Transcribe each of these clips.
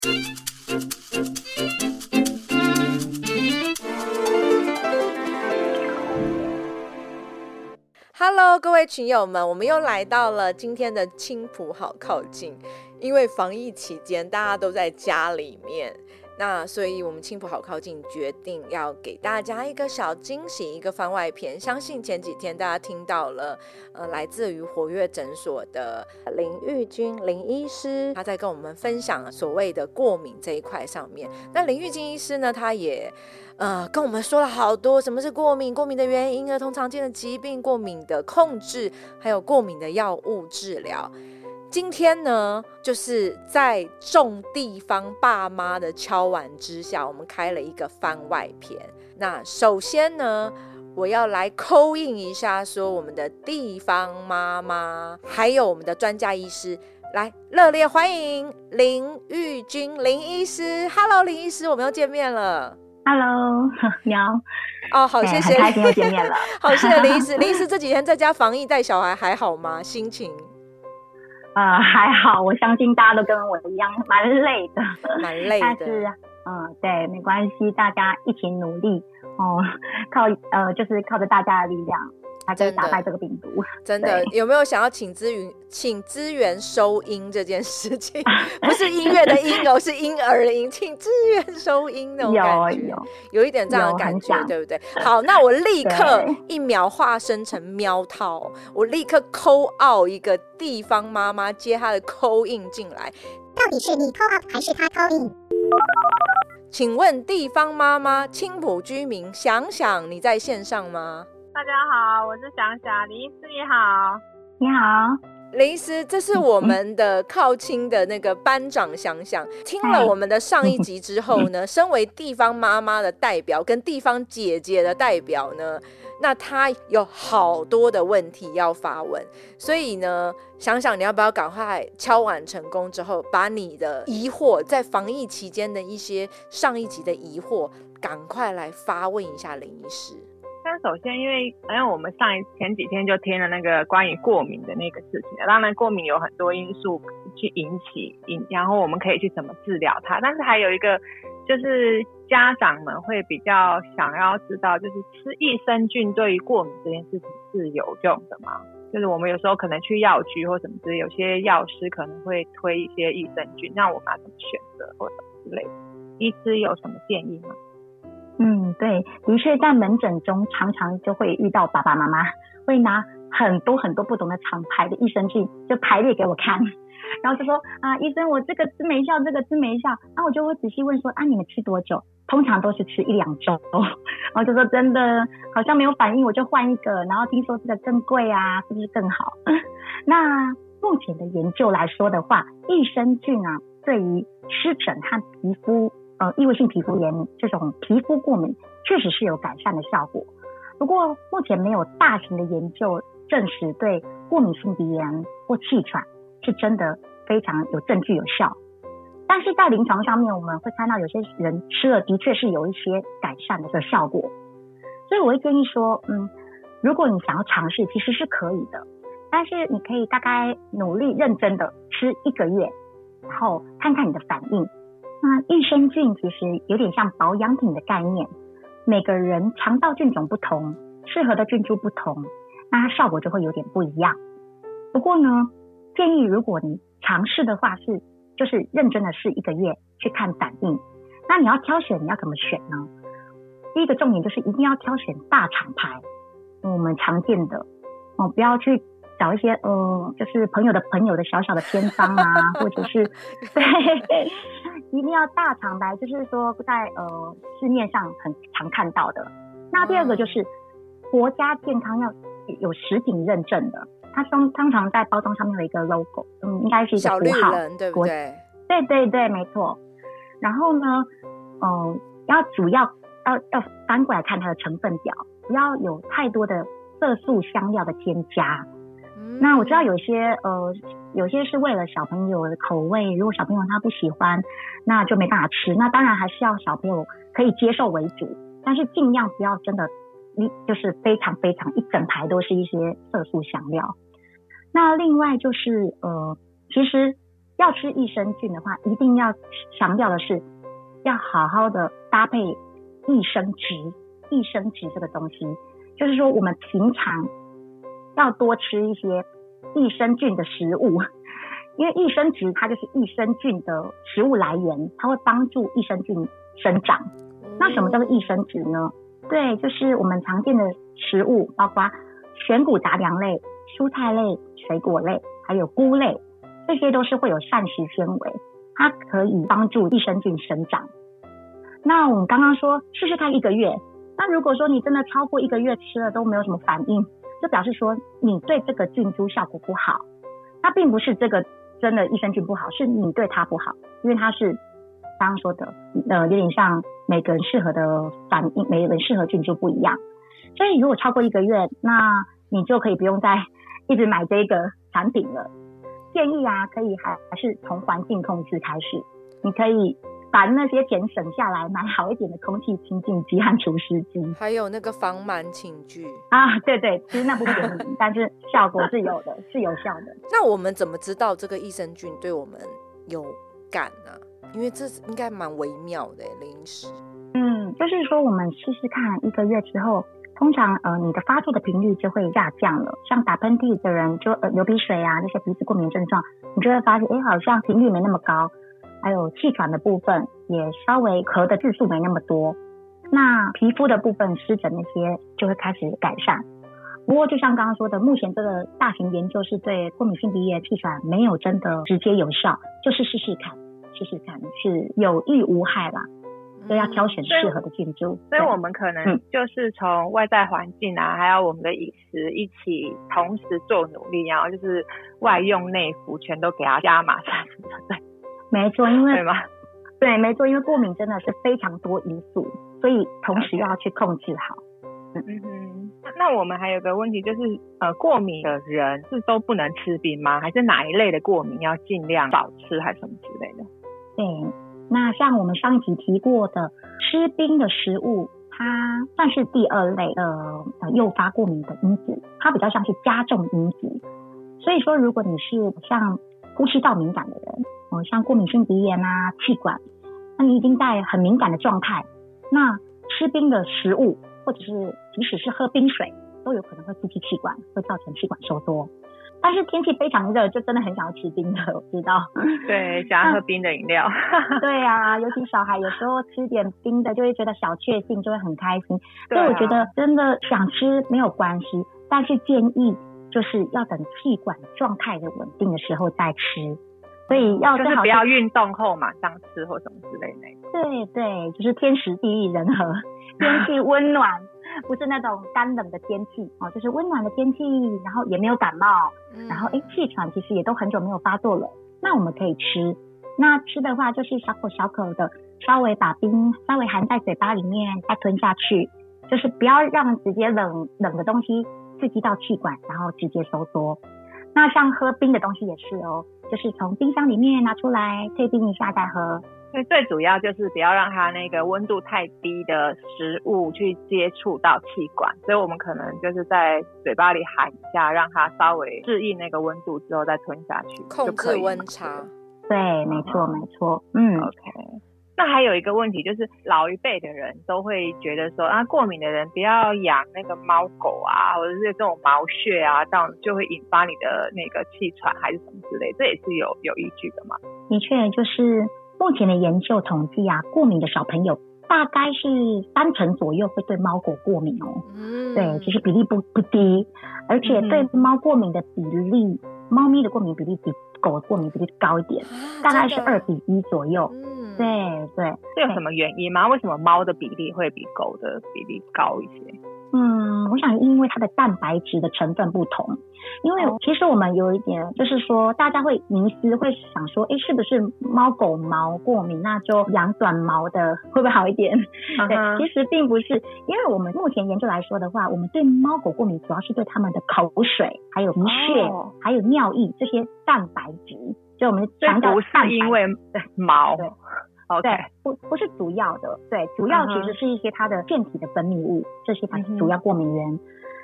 Hello， 各位群友们，我们又来到了今天的青埔好靠近。因为防疫期间，大家都在家里面，那所以我们青埔好靠近决定要给大家一个小惊喜，一个番外篇。相信前几天大家听到了，来自于活跃诊所的林玉君林医师，他在跟我们分享所谓的过敏这一块上面。那林玉君医师呢，他也跟我们说了好多什么是过敏，过敏的原因、儿童常见的疾病、过敏的控制，还有过敏的药物治疗。今天呢，就是在众地方爸妈的敲碗之下，我们开了一个番外篇。那首先呢，我要来call in一下，说我们的地方妈妈，还有我们的专家医师，来热烈欢迎林玉君林医师。Hello， 林医师，我们又见面了。 Hello， 你好。 哦，好，谢谢， 很开心又见面了。 好，谢谢林医师。林医师这几天在家防疫带小孩还好吗？心情？ 还好，我相信大家都跟我一样，蛮累的，但是对，没关系，大家一起努力就是靠着大家的力量，才可以打败这个病毒。 真的，有没有想要请资源收音这件事情？不是音乐的音哦，是婴儿的音，请资源收音那种感觉，有一点这样的感觉，对不对？好，那我立刻一秒化身成喵套，我立刻call out一个地方妈妈接她的 call in 进来， 到底是你 call out 还是他 call in？ 请问地方妈妈青埔居民想想，你在线上吗？ 大家好，我是想想，林医师你好。 你好， 林医师，这是我们的靠亲的那个班长想想，听了我们的上一集之后呢，身为地方妈妈的代表跟地方姐姐的代表呢，那他有好多的问题要发问，所以呢，想想你要不要赶快敲碗成功之后，把你的疑惑在防疫期间的一些上一集的疑惑，赶快来发问一下林医师。 但首先因为我们前几天就听了那个关于过敏的那个事情，当然过敏有很多因素去引起，然后我们可以去怎么治疗它，但是还有一个就是家长们会比较想要知道，就是吃益生菌对于过敏这件事情是有用的吗？就是我们有时候可能去药局或什么之类，有些药师可能会推一些益生菌，那我们要怎么选择或者之类的，医师有什么建议吗？ 对，的确在门诊中常常就会遇到爸爸妈妈会拿很多很多不同的厂牌的益生菌就排列给我看，然后就说医生，我这个吃没效，这个吃没效，然后我就会仔细问说你们吃多久？通常都是吃1-2周，然后就说真的好像没有反应，我就换一个，然后听说这个更贵啊，是不是更好？那目前的研究来说的话，益生菌对于湿疹和皮肤异位性皮肤炎这种皮肤过敏确实是有改善的效果，不过目前没有大型的研究证实对过敏性鼻炎或气喘是真的非常有证据有效，但是在临床上面我们会看到有些人吃了的确是有一些改善的效果，所以我会建议说如果你想要尝试其实是可以的，但是你可以大概努力认真的吃1个月，然后看看你的反应。那益生菌其实有点像保养品的概念，每个人肠道菌种不同，适合的菌株不同，那它效果就会有点不一样。不过呢，建议如果你尝试的话就是认真的试1个月去看反应。那你要挑选，你要怎么选呢？第一个重点就是一定要挑选大厂牌，我们常见的不要去找一些就是朋友的小小的偏方或者是对，一定要大厂牌，就是说在市面上很常看到的。那第二个就是国家健康要有食品认证的，它通常在包装上面有一个 logo， 应该是一个符号， 小绿人对不对？ 对对对，没错。然后呢主要翻过来看它的成分表，不要有太多的色素香料的添加。那我知道有些是为了小朋友的口味，如果小朋友他不喜欢，那就没办法吃，那当然还是要小朋友可以接受为主，但是尽量不要真的就是非常非常一整排都是一些色素香料。那另外就是其实要吃益生菌的话，一定要强调的是要好好的搭配益生值。益生值这个东西，就是说我们平常要多吃一些益生菌的食物，因为益生值它就是益生菌的食物来源，它会帮助益生菌生长。那什么叫做益生值呢？对，就是我们常见的食物，包括全谷杂粮类、蔬菜类、水果类，还有菇类，这些都是会有膳食纤维，它可以帮助益生菌生长。那我们刚刚说试试看1个月，那如果说你真的超过1个月吃了都没有什么反应，就表示说你对这个菌株效果不好。那并不是这个真的益生菌不好，是你对它不好，因为它是刚刚说的有点像每个人适合的反应，每个人适合菌株不一样。所以如果超过1个月，那你就可以不用再一直买这个产品了。建议可以还是从环境控制开始，你可以把那些钱省下来，买好一点的空气清净机和除湿机， 还有那个防螨寝具对对，其实那不便宜但是效果是有的，是有效的。 那我们怎么知道这个益生菌对我们有感呢？因为这应该蛮微妙的临时。 就是说我们试试看1个月之后，通常你的发作的频率就会下降了。像打喷嚏的人，就流鼻水这些鼻子过敏症状，你就会发现好像频率没那么高，还有气喘的部分也稍微咳的次数没那么多。那皮肤的部分湿疹那些就会开始改善。不过就像刚刚说的，目前这个大型研究是对过敏性鼻炎、气喘没有真的直接有效，就是试试看是有益无害啦。所以要挑选适合的菌株。 所以我们可能就是从外在环境还有我们的饮食一起同时做努力，然后就是外用内服全都给它加码下去，对， 没错，因为对吗？ 对，没错，因为过敏真的是非常多因素，所以同时要去控制好。 那我们还有个问题就是过敏的人是都不能吃冰吗？还是哪一类的过敏要尽量少吃还是什么之类的？ 对，那像我们上一集提过的吃冰的食物，它算是第2类诱发过敏的因子，它比较像是加重因子。所以说如果你是像呼吸道敏感的人，像过敏性鼻炎气管，那你已经在很敏感的状态，那吃冰的食物或者是即使是喝冰水都有可能会刺激气管，会造成气管收缩。但是天气非常热，就真的很想要吃冰的，我知道。 对，想要喝冰的饮料。 对尤其小孩有时候吃点冰的就会觉得小确幸，就会很开心。所以我觉得真的想吃没有关系，但是建议就是要等气管状态的稳定的时候再吃。所以就是不要运动后马上吃或什么之类的。 对，就是天时地利人和，天气温暖。不是那种干冷的天气就是温暖的天气，然后也没有感冒，然后气喘其实也都很久没有发作了，那我们可以吃。那吃的话就是小口小口的，稍微把冰稍微含在嘴巴里面再吞下去，就是不要让直接冷的东西刺激到气管，然后直接收缩。那像喝冰的东西也是就是从冰箱里面拿出来退冰一下再喝。 所以最主要就是不要让它那个温度太低的食物去接触到气管，所以我们可能就是在嘴巴里含一下，让它稍微适应那个温度之后再吞下去， 控制温差。 对，没错。 OK。那还有一个问题就是老一辈的人都会觉得说过敏的人不要养那个猫狗或者是这种毛屑这样就会引发你的那个气喘还是什么之类，这也是有依据的嘛？ 的确，就是目前的研究统计过敏的小朋友大概是30%左右会对猫狗过敏对，其实比例不低，而且对猫过敏的比例，猫咪的过敏比例比狗的过敏比例高一点，大概是2:1左右。对， 这有什么原因吗？为什么猫的比例会比狗的比例高一些？ 我想因为它的蛋白质的成分不同。因为其实我们有一点就是说大家会迷思，会想说是不是猫狗毛过敏那就养短毛的会不会好一点？对，其实并不是。因为我们目前研究来说的话，我们对猫狗过敏主要是对它们的口水还有鼻血还有尿液这些蛋白质，所以我们强调不是因为毛。 对，不是主要的。对，主要其实是一些它的腺体的分泌物，这些它是主要过敏源。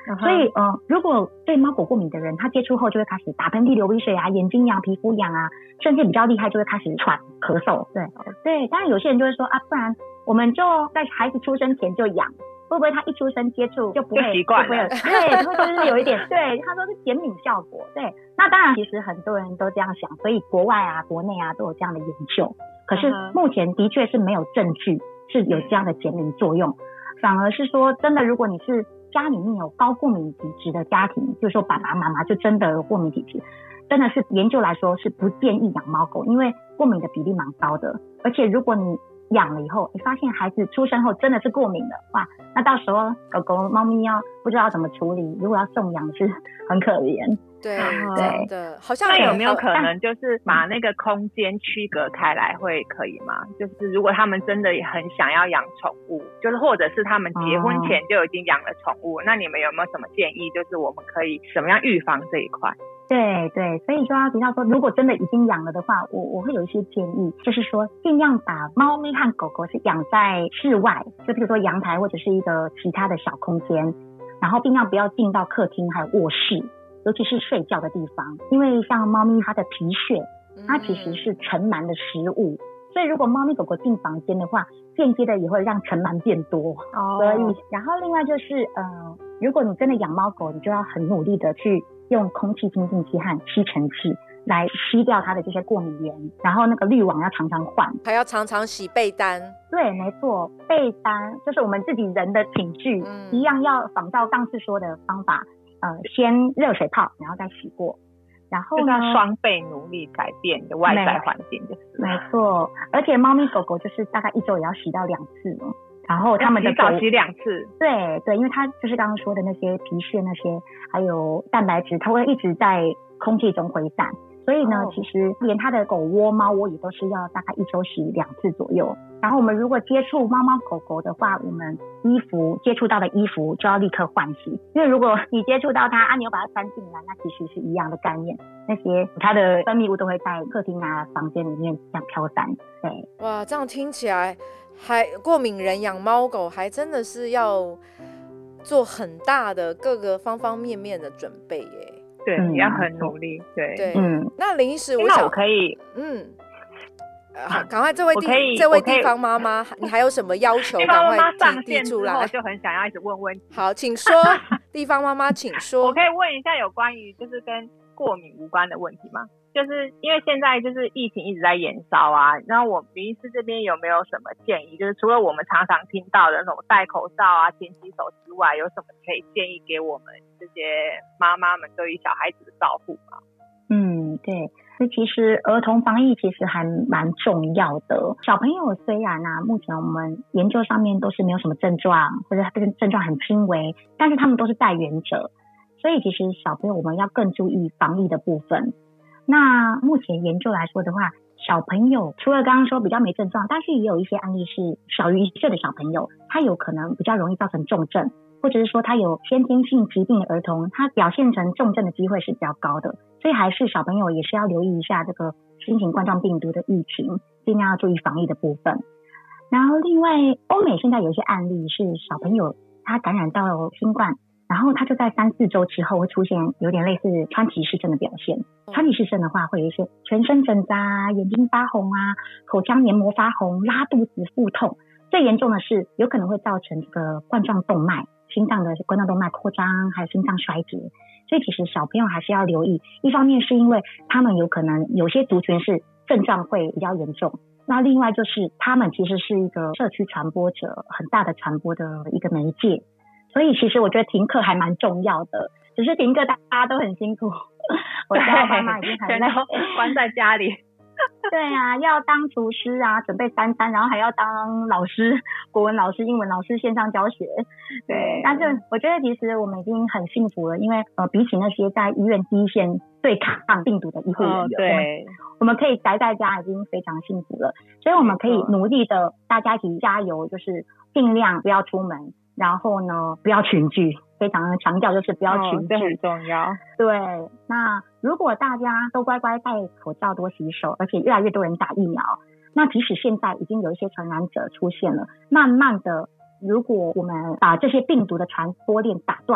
所以如果对猫狗过敏的人，他接触后就会开始打喷嚏、流鼻水啊、眼睛痒、皮肤痒啊，甚至比较厉害就会开始喘、咳嗽。对，当然有些人就会说啊，不然我们就在孩子出生前就养，会不会他一出生接触就不会习惯了？ 对，他说就是有一点，对，他说是减敏效果。对，那当然其实很多人都这样想，所以国外啊、国内啊都有这样的研究。可是目前的确是没有证据是有这样的减敏作用，反而是说真的，如果你是家里面有高过敏体质的家庭，就是说爸爸妈妈就真的有过敏体质，真的是研究来说是不建议养猫狗，因为过敏的比例蛮高的。而且如果你养了以后，你发现孩子出生后真的是过敏的，哇，那到时候狗狗、猫咪要不知道怎么处理，如果要送养是很可怜。 对，真的好像那有没有可能就是把那个空间区隔开来会可以吗？就是如果他们真的很想要养宠物，就是或者是他们结婚前就已经养了宠物，那你们有没有什么建议，就是我们可以怎么样预防这一块？ 对，所以就要提到说，如果真的已经养了的话，我会有一些建议，就是说尽量把猫咪和狗狗是养在室外，就比如说阳台或者是一个其他的小空间，然后尽量不要进到客厅还有卧室，尤其是睡觉的地方，因为像猫咪它的皮屑，它其实是尘螨的食物，所以如果猫咪狗狗进房间的话，间接的也会让尘螨变多。所以然后另外就是如果你真的养猫狗，你就要很努力的去用空气清净机和吸尘器来吸掉它的这些过敏源，然后那个滤网要常常换， 还要常常洗被单。 对，没错，被单就是我们自己人的寝具，一样要仿照上次说的方法，先热水泡，然后再洗过，然后呢就是双倍努力改变的外在环境，就是没错。而且猫咪狗狗就是大概1周也要洗到2次哦。然后他们的洗澡洗2次， 对，因为它就是刚刚说的那些皮屑那些，还有蛋白质，它会一直在空气中挥散，所以呢，其实连它的狗窝、猫窝也都是要大概1周洗2次左右。然后我们如果接触猫猫狗狗的话，我们接触到的衣服就要立刻换洗，因为如果你接触到它你又把它穿进来，那其实是一样的概念，那些它的分泌物都会在客厅啊、房间里面这样飘散。对， 哇，这样听起来还过敏人养猫狗还真的是要做很大的各个方方面面的准备耶。 对，要很努力。对， 那林医师， 那我可以好，赶快这位地方妈妈，你还有什么要求？赶快提出来。 就很想要一直问问题。 好，请说，地方妈妈，请说。 我可以问一下有关于就是跟过敏无关的问题吗？就是因为现在就是疫情一直在延烧啊，然后我林医师这边有没有什么建议？就是除了我们常常听到的那种戴口罩啊、勤洗手之外，有什么可以建议给我们这些妈妈们对于小孩子的照顾吗？ 对，所以其实儿童防疫其实还蛮重要的。小朋友虽然目前我们研究上面都是没有什么症状，或者这个症状很轻微，但是他们都是带原者，所以其实小朋友我们要更注意防疫的部分。那目前研究来说的话，小朋友除了刚刚说比较没症状，但是也有一些案例是小于1岁的小朋友，他有可能比较容易造成重症，或者是说他有先天性疾病的儿童，他表现成重症的机会是比较高的，所以还是小朋友也是要留意一下这个新型冠状病毒的疫情，尽量要注意防疫的部分。然后另外欧美现在有一些案例是小朋友他感染到新冠，然后他就在3-4周之后会出现有点类似川崎氏症的表现。川崎氏症的话会有一些全身疹子啊、眼睛发红啊、口腔黏膜发红、拉肚子、腹痛，最严重的是有可能会造成这个冠状动脉、心脏的冠状动脉扩张，还有心脏衰竭。所以其实小朋友还是要留意，一方面是因为他们有可能有些族群是症状会比较严重，那另外就是他们其实是一个社区传播者，很大的传播的一个媒介。所以其实我觉得停课还蛮重要的，只是停课大家都很辛苦，我家妈妈已经很累， 关在家里。 对啊，要当厨师啊，准备3餐，然后还要当老师，国文老师、英文老师，线上教学。对，但是我觉得其实我们已经很幸福了，因为比起那些在医院第一线对抗病毒的医护人员， 对， 我们可以宅在家已经非常幸福了。所以我们可以努力的大家一起加油，就是尽量不要出门，然后呢不要群聚，非常的强调就是不要群聚， 这很重要。 对，那如果大家都乖乖戴口罩、多洗手，而且越来越多人打疫苗，那即使现在已经有一些传染者出现了，慢慢的如果我们把这些病毒的传播链打断了，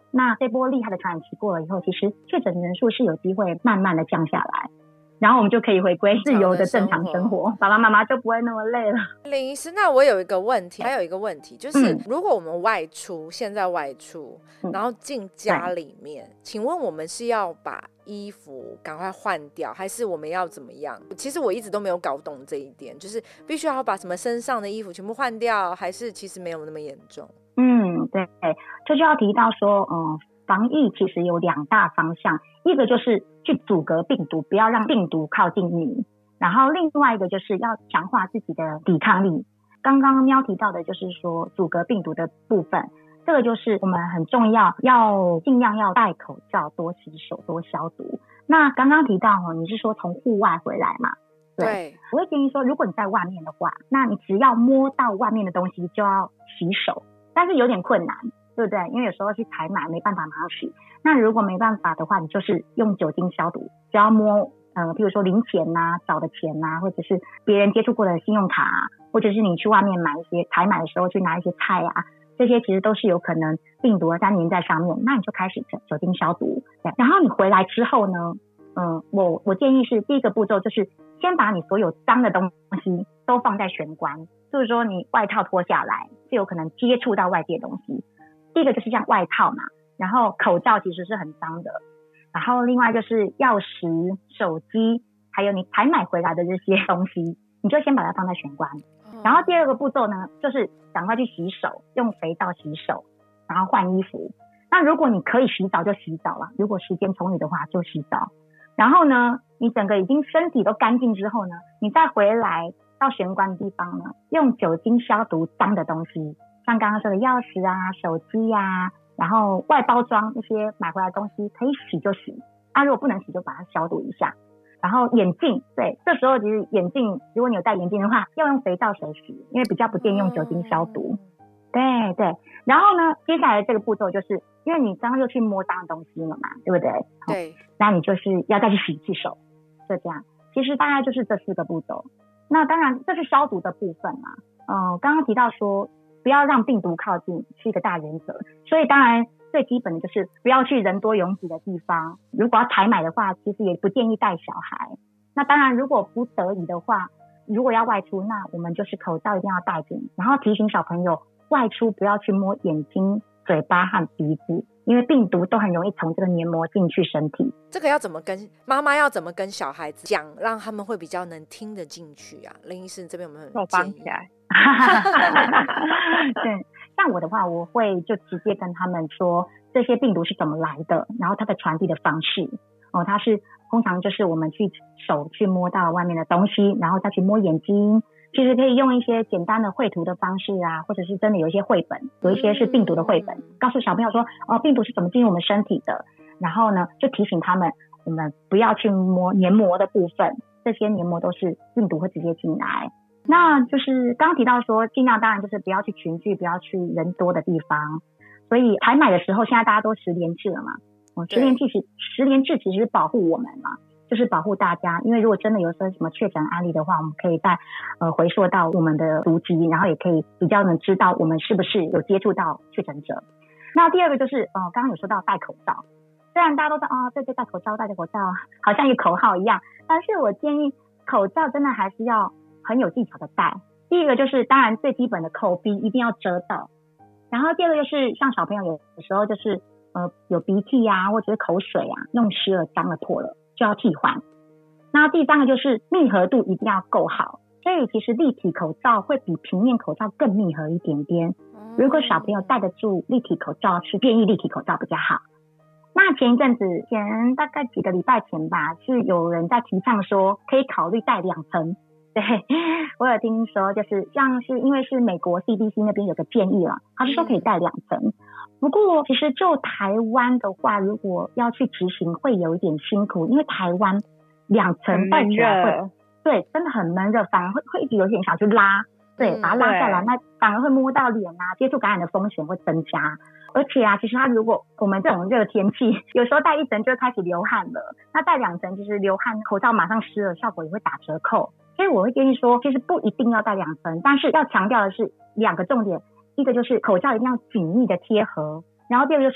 那这波厉害的传染期过了以后，其实确诊人数是有机会慢慢的降下来，然后我们就可以回归自由的正常生活，爸爸妈妈就不会那么累了。 林医师，那我有一个问题，还有一个问题就是，如果我们现在外出，然后进家里面，请问我们是要把衣服赶快换掉，还是我们要怎么样？其实我一直都没有搞懂这一点，就是必须要把什么身上的衣服全部换掉，还是其实没有那么严重？ 对，这就要提到说，防疫其实有2大方向，一个就是去阻隔病毒，不要让病毒靠近你，然后另外一个就是要强化自己的抵抗力。刚刚喵提到的就是说阻隔病毒的部分，这个就是我们很重要，要尽量要戴口罩，多洗手，多消毒。那刚刚提到你是说从户外回来嘛？ 对， 我会建议说，如果你在外面的话，那你只要摸到外面的东西就要洗手，但是有点困难，对不对？因为有时候去采买没办法马上洗。那如果没办法的话，你就是用酒精消毒，只要摸譬如说零钱啊、找的钱啊，或者是别人接触过的信用卡啊，或者是你去外面买一些采买的时候去拿一些菜啊，这些其实都是有可能病毒粘连在上面，那你就开始酒精消毒。对，然后你回来之后呢，我建议是第一个步骤就是先把你所有脏的东西都放在玄关，就是说你外套脱下来是有可能接触到外界的东西，第一个就是像外套嘛，然后口罩其实是很脏的，然后另外就是钥匙、手机，还有你采买回来的这些东西，你就先把它放在玄关。然后第二个步骤呢，就是赶快去洗手，用肥皂洗手，然后换衣服。那如果你可以洗澡就洗澡了，如果时间充裕的话就洗澡。然后呢，你整个已经身体都干净之后呢，你再回来到玄关的地方呢，用酒精消毒脏的东西，像刚刚说的钥匙啊、手机啊，然后外包装这些买回来的东西可以洗就洗啊，如果不能洗就把它消毒一下。然后眼镜，对，这时候其实眼镜如果你有戴眼镜的话，要用肥皂水洗，因为比较不建议用酒精消毒。对，然后呢，接下来这个步骤就是因为你刚刚又去摸脏的东西了嘛，对不对？ 对， 那你就是要再去洗一次手，就这样。其实大概就是这4个步骤。那当然这是消毒的部分嘛，刚刚提到说不要让病毒靠近是一个大原则，所以当然最基本的就是不要去人多拥挤的地方，如果要采买的话其实也不建议带小孩。那当然如果不得已的话，如果要外出，那我们就是口罩一定要戴紧，然后提醒小朋友外出不要去摸眼睛、嘴巴和鼻子，因为病毒都很容易从这个黏膜进去身体。 这个要怎么跟妈妈要怎么跟小孩子讲，让他们会比较能听得进去啊？林医师这边有没有建议？ 起来对，像我的话，我会就直接跟他们说这些病毒是怎么来的，然后它的传递的方式。它是通常就是我们去手去摸到外面的东西，然后再去摸眼睛。其实可以用一些简单的绘图的方式啊，或者是真的有一些绘本，有一些是病毒的绘本，告诉小朋友说病毒是怎么进入我们身体的。然后呢，就提醒他们，我们不要去摸黏膜的部分，这些黏膜都是病毒会直接进来。那就是刚刚提到说，尽量当然就是不要去群聚，不要去人多的地方。所以采买的时候，现在大家都10连制了嘛，10连制其实是保护我们嘛，就是保护大家。因为如果真的有什么确诊案例的话，我们可以再回溯到我们的足迹，然后也可以比较能知道我们是不是有接触到确诊者。那第二个就是刚刚有说到戴口罩，虽然大家都说对，戴口罩好像一个口号一样，但是我建议口罩真的还是要很有技巧的戴。第一个就是当然最基本的口鼻一定要遮到，然后第二个就是像小朋友有时候就是有鼻涕啊或者是口水啊弄湿了脏了破了就要替换。那第三个就是密合度一定要够好，所以其实立体口罩会比平面口罩更密合一点点。如果小朋友戴得住立体口罩，是建议立体口罩比较好。那前一阵子大概几个礼拜前吧，是有人在提倡说可以考虑戴2层。对，我有听说，就是像是因为是美国 CDC 那边有个建议了，他是说可以戴2层。不过其实就台湾的话，如果要去执行会有一点辛苦，因为台湾2层戴起来会，对，真的很闷热，反而会一直有点想去拉，对，把它拉下来，那反而会摸到脸啊，接触感染的风险会增加。而且其实它如果我们这种热天气，有时候戴1层就会开始流汗了，那戴2层其实流汗口罩马上湿了，效果也会打折扣。所以我会建议说，其实不一定要戴2层，但是要强调的是2个重点，一个就是口罩一定要紧密的贴合，然后第二个就是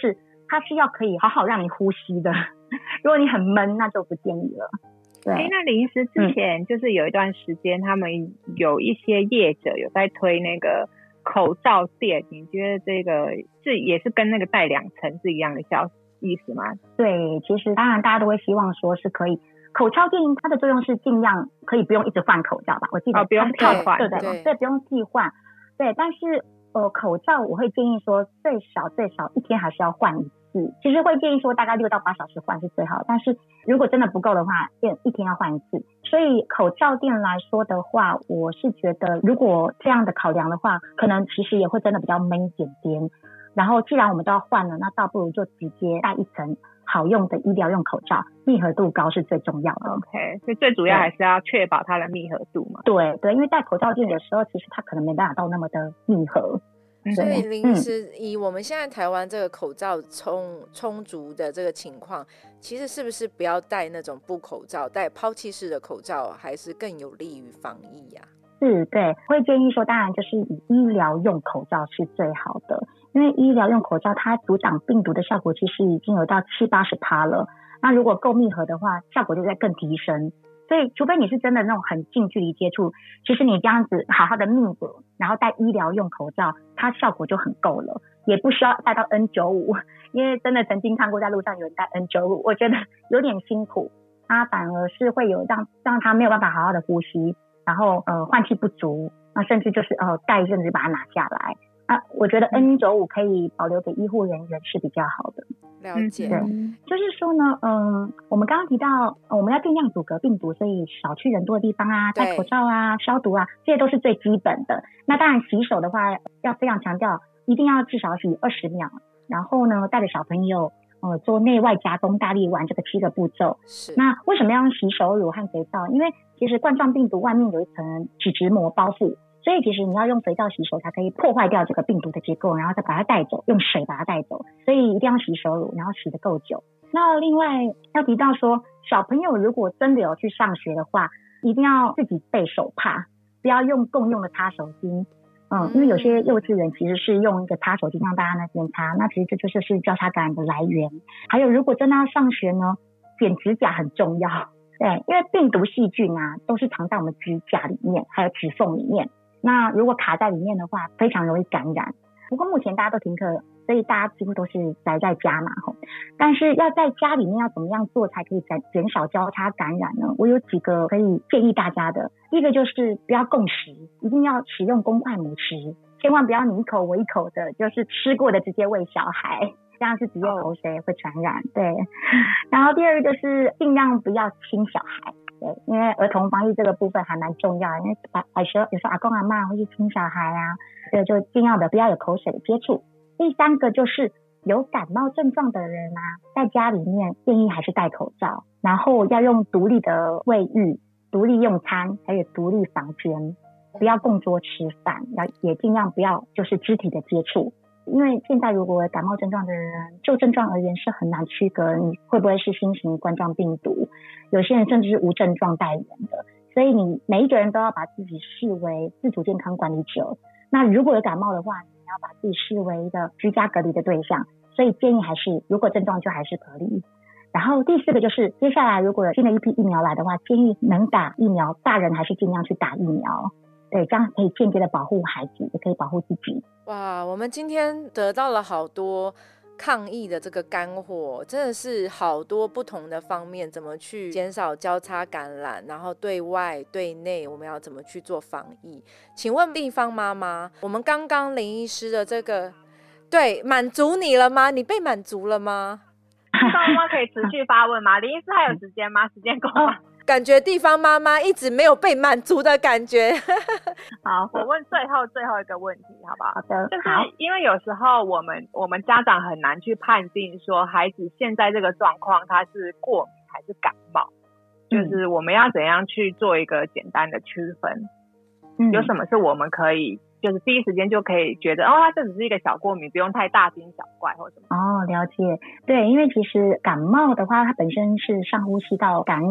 它是要可以好好让你呼吸的。如果你很闷，那就不建议了。对， 那林医师之前就是有一段时间，他们有一些业者有在推那个口罩垫，你觉得这个也是跟那个戴2层是一样的意思吗？ 对，其实当然大家都会希望说是可以，口罩垫它的作用是尽量可以不用一直换口罩吧，我记得不用替换， 对，不用替换，对，但是口罩我会建议说最少一天还是要换一次。其实会建议说大概6到8小时换是最好，但是如果真的不够的话，一天要换一次。所以口罩垫来说的话，我是觉得如果这样的考量的话，可能其实也会真的比较闷一点点。然后既然我们都要换了，那倒不如就直接戴一层好用的医疗用口罩，密合度高是最重要的。 OK， 所以最主要还是要确保它的密合度嘛。 对，因为戴口罩垫有时候其实它可能没办法到那么的密合。 所以林医师，以我们现在台湾这个口罩充足的这个情况，其实是不是不要戴那种布口罩，戴抛弃式的口罩还是更有利于防疫啊？ 是，对，会建议说当然就是以医疗用口罩是最好的，因为医疗用口罩它阻挡病毒的效果其实已经有到70-80%了，那如果够密合的话，效果就在更提升。所以除非你是真的那种很近距离接触，其实你这样子好好的密合，然后戴医疗用口罩，它效果就很够了，也不需要戴到 N95， 因为真的曾经看过在路上有人戴 N95， 我觉得有点辛苦，它反而是会有让他没有办法好好的呼吸，然后换气不足，那甚至就是戴一阵子就把它拿下来。我觉得 N95 可以保留给医护人员是比较好的。 了解。 对，就是说呢，我们刚刚提到我们要尽量阻隔病毒，所以少去人多的地方啊，戴口罩啊，消毒啊，这些都是最基本的。那当然洗手的话要非常强调，一定要至少洗20秒，然后呢带着小朋友做内外夹攻大力丸这个7个步骤。那为什么要用洗手乳和肥皂？因为其实冠状病毒外面有一层脂质膜包覆，所以其实你要用肥皂洗手才可以破坏掉这个病毒的结构，然后再把它带走，用水把它带走，所以一定要洗手乳，然后洗得够久。那另外要提到说，小朋友如果真的有去上学的话，一定要自己备手帕，不要用共用的擦手巾。因为有些幼稚园其实是用一个擦手巾让大家那边擦，那其实这就是交叉感染的来源。还有如果真的要上学呢，剪指甲很重要。对，因为病毒细菌啊都是藏在我们指甲里面还有指缝里面，那如果卡在里面的话非常容易感染。不过目前大家都停课，所以大家几乎都是宅在家嘛。但是要在家里面要怎么样做才可以减少交叉感染呢？我有几个可以建议大家的。第一个就是不要共食，一定要使用公筷母匙，千万不要你一口我一口的，就是吃过的直接喂小孩，这样是直接口水会传染。对，然后第二个就是尽量不要亲小孩。对，因为儿童防疫这个部分还蛮重要的，因为有时候阿公阿嬷会去亲小孩啊，所以就尽量的不要有口水的接触。第三个就是有感冒症状的人啊，在家里面建议还是戴口罩，然后要用独立的卫浴、独立用餐，还有独立房间，不要共桌吃饭，也尽量不要就是肢体的接触。因为现在如果感冒症状的人，就症状而言是很难区隔你会不会是新型冠状病毒，有些人甚至是无症状带源的，所以你每一个人都要把自己视为自主健康管理者。那如果有感冒的话，你要把自己视为一个居家隔离的对象，所以建议还是如果症状就还是隔离。然后第四个就是接下来如果有新的一批疫苗来的话，建议能打疫苗，大人还是尽量去打疫苗。对，这样可以间接的保护孩子，也可以保护自己。 哇，我们今天得到了好多抗疫的这个干货，真的是好多不同的方面，怎么去减少交叉感染，然后对外对内我们要怎么去做防疫。请问地方妈妈，我们刚刚林医师的这个对满足你了吗？你被满足了吗？ 地方妈妈可以持续发问吗？林医师还有时间吗？时间够吗？ 感觉地方妈妈一直没有被满足的感觉。 好，我问最后一个问题好不好？ 好的， 就是因为有时候我们家长很难去判定说孩子现在这个状况他是过敏还是感冒，就是我们要怎样去做一个简单的区分。有什么是我们可以就是第一时间就可以觉得它这只是一个小过敏，不用太大惊小怪或什么。 了解。对，因为其实感冒的话它本身是上呼吸道感染，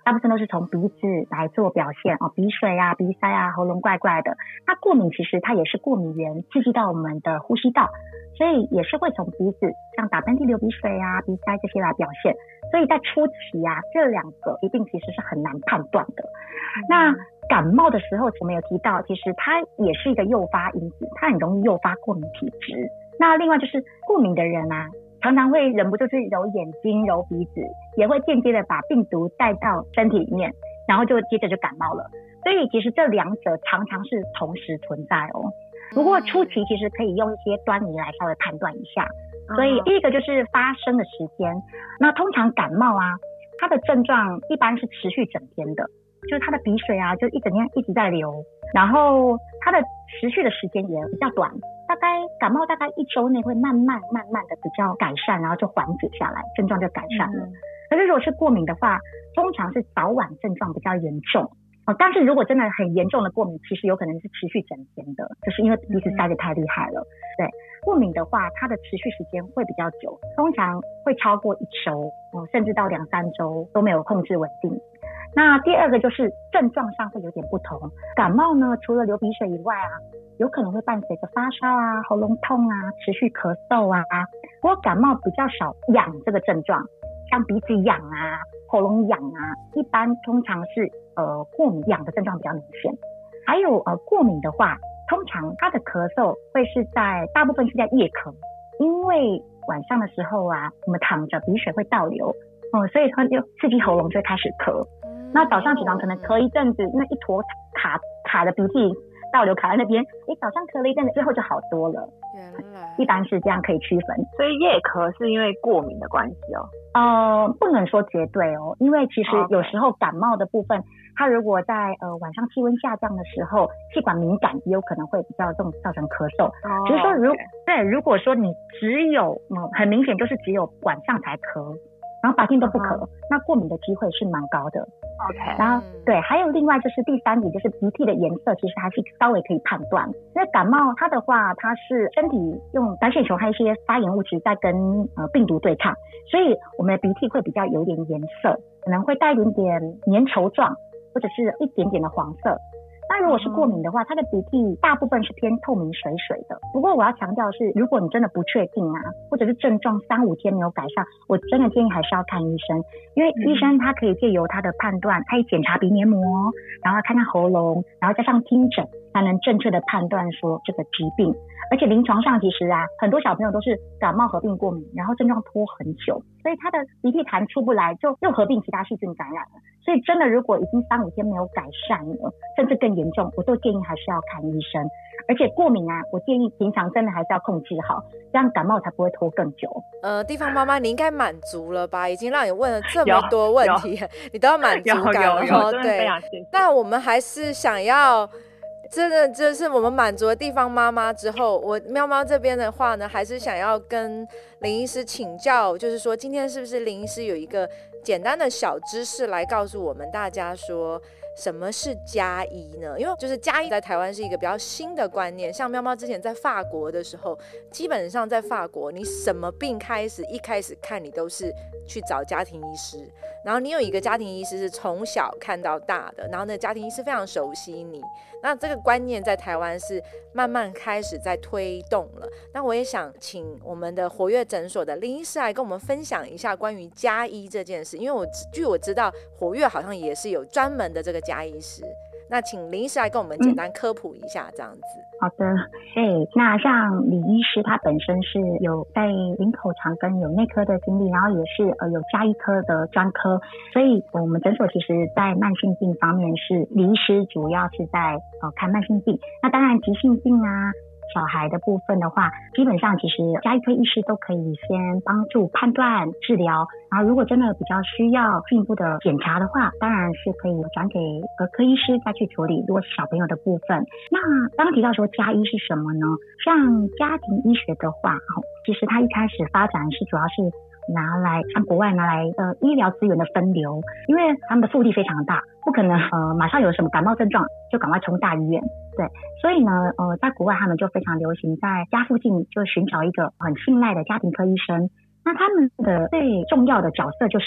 大部分都是从鼻子来做表现鼻水啊、鼻塞啊、喉咙怪怪的。那过敏其实它也是过敏源刺激到我们的呼吸道，所以也是会从鼻子像打喷嚏、流鼻水啊、鼻塞这些来表现。所以在初期啊，这两个一定其实是很难判断的。那感冒的时候我们有提到，其实它也是一个诱发因子，它很容易诱发过敏体质。那另外就是过敏的人啊，常常会忍不住去揉眼睛、揉鼻子，也会间接的把病毒带到身体里面，然后就接着就感冒了。所以其实这两者常常是同时存在哦。不过初期其实可以用一些端倪来稍微判断一下。所以第一个就是发生的时间。那通常感冒啊，它的症状一般是持续整天的，就是它的鼻水啊就一整天一直在流，然后它的持续的时间也比较短，大概感冒大概1周内会慢慢的比较改善，然后就缓解下来，症状就改善了。可是如果是过敏的话，通常是早晚症状比较严重。但是如果真的很严重的过敏，其实有可能是持续整天的，就是因为鼻子塞得太厉害了。对，过敏的话，它的持续时间会比较久，通常会超过1周，甚至到2-3周都没有控制稳定。那第二个就是症状上会有点不同。感冒呢，除了流鼻水以外啊，有可能会伴随着发烧啊、喉咙痛啊、持续咳嗽啊。不过感冒比较少痒这个症状，像鼻子痒啊、喉咙痒啊，一般通常是过敏痒的症状比较明显。还有过敏的话，通常它的咳嗽会是大部分是在夜咳，因为晚上的时候啊，我们躺着鼻水会倒流，所以它就刺激喉咙就会开始咳。那早上起床可能咳一阵子，那一坨卡的鼻涕倒流卡在那边，早上咳了一阵子之后就好多了。 原来一般是这样可以区分。 所以夜咳是因为过敏的关系哦？ 不能说绝对哦，因为其实有时候感冒的部分，它如果在晚上气温下降的时候，气管敏感也有可能会比较造成咳嗽。只是说如果说你只有很明显就是只有晚上才咳，然后白天都不咳，那过敏的机会是蛮高的。 OK， 然后对，还有另外就是第三点，就是鼻涕的颜色，其实还是稍微可以判断。因为感冒它的话，它是身体用白血球还有一些发炎物质在跟病毒对抗，所以我们的鼻涕会比较有点颜色，可能会带一点点粘稠状，或者是一点点的黄色。那如果是过敏的话，它的鼻涕大部分是偏透明水水的。不过我要强调的是，如果你真的不确定啊，或者是症状3-5天没有改善，我真的建议还是要看医生，因为医生他可以借由他的判断，他可以检查鼻黏膜，然后看看喉咙，然后加上听诊，才能正确的判断说这个疾病。而且临床上其实啊，很多小朋友都是感冒合并过敏，然后症状拖很久，所以他的鼻涕痰出不来，就又合并其他细菌感染了。所以真的如果已经3-5天没有改善了，甚至更严重，我都建议还是要看医生。而且过敏啊，我建议平常真的还是要控制好，这样感冒才不会拖更久。 地方妈妈，你应该满足了吧？已经让你问了这么多问题，你都要满足感了。 有， 对，那我们还是想要。真的就是我们满足了地方妈妈之后，我喵喵这边的话呢，还是想要跟林医师请教，就是说今天是不是林医师有一个简单的小知识来告诉我们大家说什么是家医呢？因为就是家医在台湾是一个比较新的观念，像喵喵之前在法国的时候，基本上在法国你什么病一开始看你都是去找家庭医师，然后你有一个家庭医师是从小看到大的，然后那个家庭医师非常熟悉你，那这个观念在台湾是慢慢开始在推动了。那我也想请我们的活跃诊所的林医师来跟我们分享一下关于家医这件事，因为据我知道活跃好像也是有专门的这个家医师，那请林医师来跟我们简单科普一下这样子。 好的，那像李医师他本身是有在林口长庚有内科的经历，然后也是有家医科的专科，所以我们诊所其实在慢性病方面是李医师主要是在看慢性病，那当然急性病啊小孩的部分的话，基本上其实家医科医师都可以先帮助判断治疗，然后如果真的比较需要进一步的检查的话，当然是可以转给儿科医师再去处理，如果是小朋友的部分。那刚刚提到说家医是什么呢？像家庭医学的话，其实它一开始发展是主要是拿来像国外拿来医疗资源的分流，因为他们的腹地非常大，不可能马上有什么感冒症状就赶快冲大医院，对，所以呢在国外他们就非常流行在家附近就寻找一个很信赖的家庭科医生，那他们的最重要的角色就是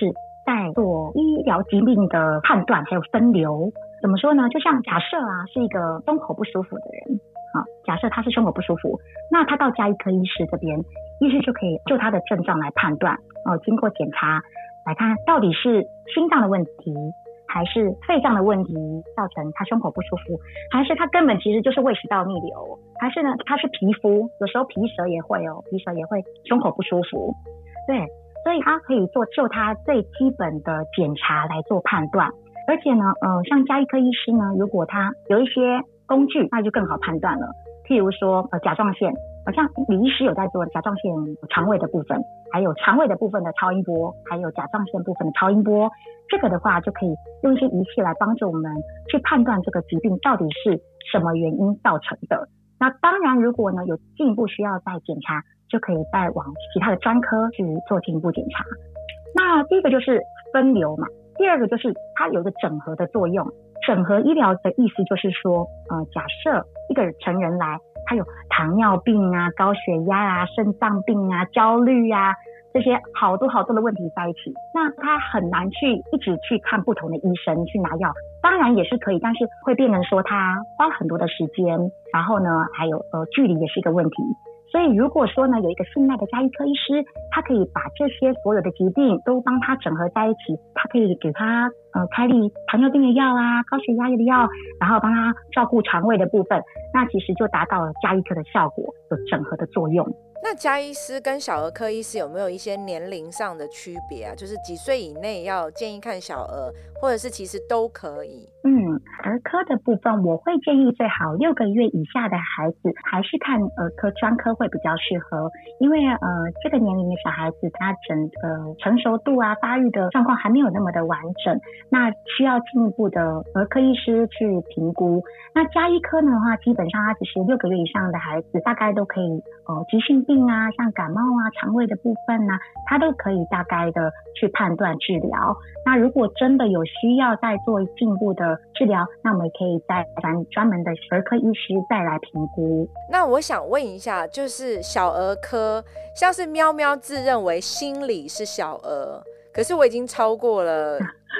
在做医疗疾病的判断还有分流。怎么说呢？就像假设是一个胸口不舒服的人假设他是胸口不舒服，那他到家医科医师这边，医师就可以就他的症状来判断经过检查来看到底是心脏的问题还是肺脏的问题造成他胸口不舒服，还是他根本其实就是胃食道逆流，还是呢他是皮肤，有时候皮蛇也会胸口不舒服。对，所以他可以就他最基本的检查来做判断。而且呢像家医科医师呢，如果他有一些工具，那就更好判断了。譬如说甲状腺，像李医师有在做甲状腺肠胃的部分，还有肠胃的部分的超音波，还有甲状腺部分的超音波，这个的话就可以用一些仪器来帮助我们去判断这个疾病到底是什么原因造成的。那当然如果呢有进一步需要再检查，就可以再往其他的专科去做进一步检查。那第一个就是分流嘛，第二个就是它有一个整合的作用。整合医疗的意思就是说假设一个成人来，他有糖尿病高血压肾脏病焦虑这些好多的问题在一起，那他很难一直去看不同的医生去拿药，当然也是可以，但是会变成说他花很多的时间，然后呢还有距离也是一个问题。所以如果说呢有一个信赖的家医科医师，他可以把这些所有的疾病都帮他整合在一起，他可以给他开立糖尿病的药高血压的药，然后帮他照顾肠胃的部分，那其实就达到了家医科的效果，有整合的作用。 那家医师跟小儿科医师有没有一些年龄上的区别啊？就是几岁以内要建议看小儿，或者是其实都可以？ 儿科的部分我会建议最好6个月以下的孩子还是看儿科专科会比较适合，因为这个年龄的小孩子他整个成熟度发育的状况还没有那么的完整，那需要进一步的儿科医师去评估。那家医科的话，基本上他其实6个月以上的孩子大概都可以急性病像感冒肠胃的部分他都可以大概的去判断治疗。那如果真的有需要再做进一步的治疗，那我们可以再专门的儿科医师再来评估。 那我想问一下，就是小儿科，像是喵喵自认为心理是小儿，可是我已经超过了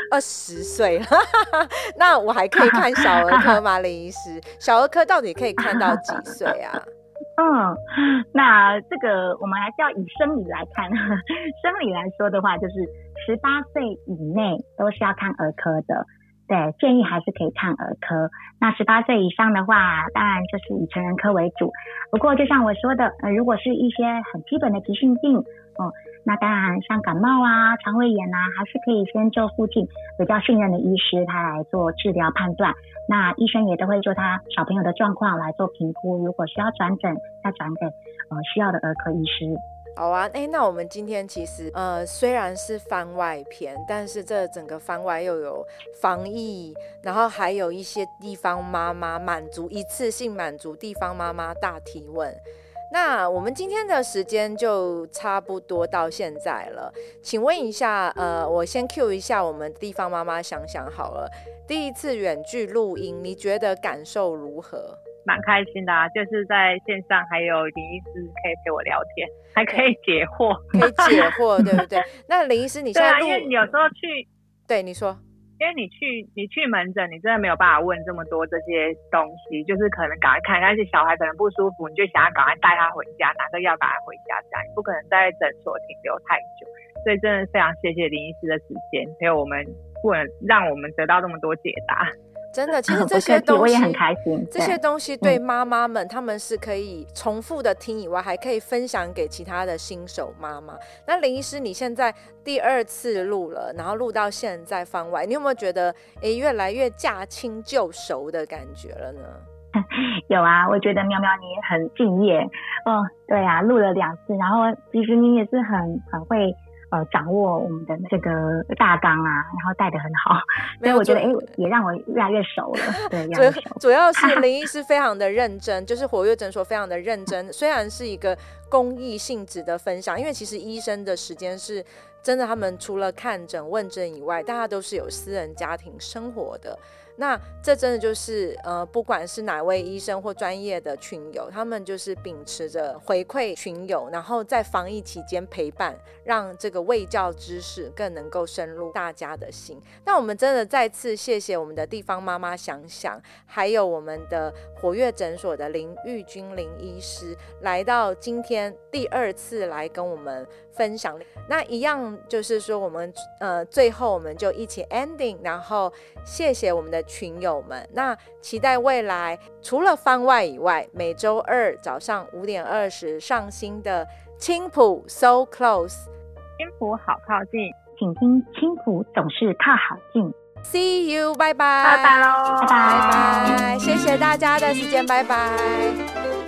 20岁了那我还可以看小儿科吗？林医师，小儿科到底可以看到几岁啊？ 那这个我们还是要以生理来看生理来说的话，就是18岁以内都是要看儿科的，对，建议还是可以看儿科。那18岁以上的话，当然就是以成人科为主。不过就像我说的如果是一些很基本的急性病那当然像感冒肠胃炎还是可以先就附近比较信任的医师他来做治疗判断。那医生也都会就他小朋友的状况来做评估，如果需要转诊再转给需要的儿科医师。 好啊，那我们今天其实虽然是番外篇，但是这整个番外又有防疫，然后还有一些地方妈妈一次性满足地方妈妈大提问。那我们今天的时间就差不多到现在了，请问一下我先 cue 一下我们地方妈妈想想好了，第一次远距录音你觉得感受如何？ 蛮开心的就是在线上还有林医师可以陪我聊天，还可以解惑， 可以解惑对不对？那林医师你现在因为你有时候对你说， 因为你去门诊，你真的没有办法问这么多这些东西，就是可能赶快看，但是小孩可能不舒服，你就想要赶快带他回家，拿个药赶快回家，这样你不可能在诊所停留太久。所以真的非常谢谢林医师的时间陪我们让我们得到这么多解答。 真的，其实这些东西我也很开心。 这些东西对妈妈们他们是可以重复的听以外，还可以分享给其他的新手妈妈。那林医师你现在第2次录了，然后录到现在番外，你有没有觉得越来越驾轻就熟的感觉了呢？ 有我觉得喵喵你也很敬业对录了2次，然后其实你也是很会掌握我们的这个大纲然后带得很好，所以我觉得也让我越来越熟了。对， 主要是林医师非常的认真就是活跃诊所非常的认真，虽然是一个公益性质的分享，因为其实医生的时间是真的，他们除了看诊问诊以外，大家都是有私人家庭生活的。 那这真的就是不管是哪位医生或专业的群友，他们就是秉持着回馈群友，然后在防疫期间陪伴，让这个卫教知识更能够深入大家的心。那我们真的再次谢谢我们的地方妈妈想想，还有我们的活跃诊所的林玉君林医师，来到今天第2次来跟我们分享。那一样就是说我们最后我们就一起 ending， 然后谢谢我们的群友们。那期待未来除了番外以外，每周2早上5点20上新的青埔 So Close， 青埔好靠近， 请听青埔总是靠好近。 See you， 拜拜， 拜拜喽， 拜拜， 谢谢大家的时间，拜拜。